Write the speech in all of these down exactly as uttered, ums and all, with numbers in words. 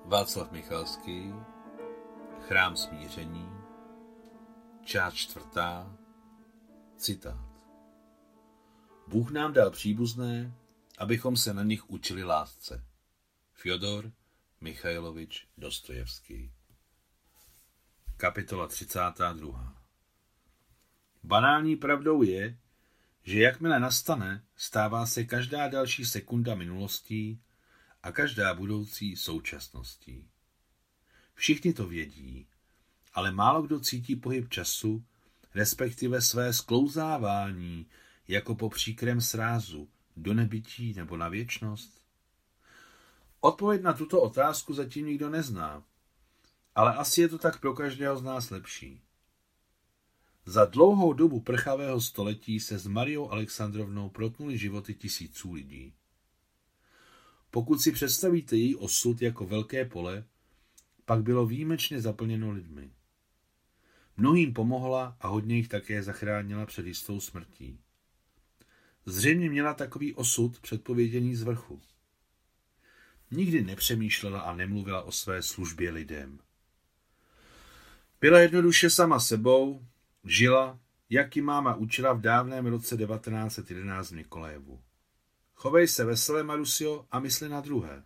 Václav Michalský, Chrám smíření, část čtvrtá, citát. Bůh nám dal příbuzné, abychom se na nich učili lásce. Fjodor Michajlovič Dostojevský. Kapitola třicátá druhá. Banální pravdou je, že jakmile nastane, stává se každá další sekunda minulostí a každá budoucí současností. Všichni to vědí, ale málo kdo cítí pohyb času, respektive své sklouzávání jako po příkrém srázu do nebytí nebo na věčnost. Odpověď na tuto otázku zatím nikdo nezná, ale asi je to tak pro každého z nás lepší. Za dlouhou dobu prchavého století se s Mariou Alexandrovnou protnuli životy tisíců lidí. Pokud si představíte její osud jako velké pole, pak bylo výjimečně zaplněno lidmi. Mnohým pomohla a hodně jich také zachránila před jistou smrtí. Zřejmě měla takový osud předpověděný z vrchu. Nikdy nepřemýšlela a nemluvila o své službě lidem. Byla jednoduše sama sebou, žila, jak ji máma učila v dávném roce devatenáct set jedenáct v Nikolajevu. Chovej se vesele, Marusio, a mysli na druhé.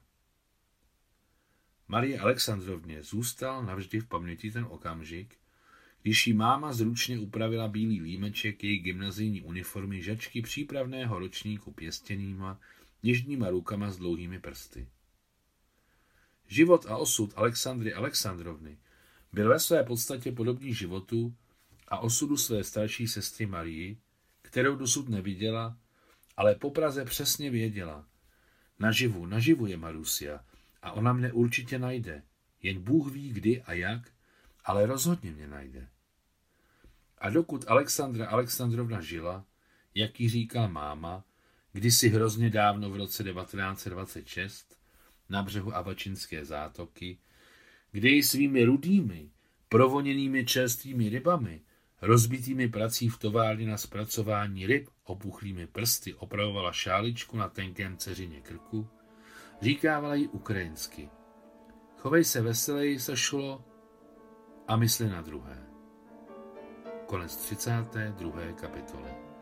Marie Alexandrovně zůstal navždy v paměti ten okamžik, když jí máma zručně upravila bílý límeček její gymnazijní uniformy žačky přípravného ročníku pěstěnýma, něžnýma rukama s dlouhými prsty. Život a osud Alexandry Alexandrovny byl ve své podstatě podobný životu a osudu své starší sestry Marii, kterou dosud neviděla, ale po Praze přesně věděla. Naživu, naživu je Marusia a ona mne určitě najde. Jen Bůh ví kdy a jak, ale rozhodně mě najde. A dokud Alexandra Alexandrovna žila, jak jí říkala máma, kdysi hrozně dávno v roce devatenáct set dvacet šest, na břehu Avačinské zátoky, kde ji svými rudými, provoněnými čerstvými rybami, rozbitými prací v továrně na zpracování ryb, opuchlými prsty opravovala šáličku na tenkém dceřině krku, říkávala jí ukrajinsky. Chovej se veselej, Sašulo, a mysli na druhé. Konec třicáté druhé kapitoly.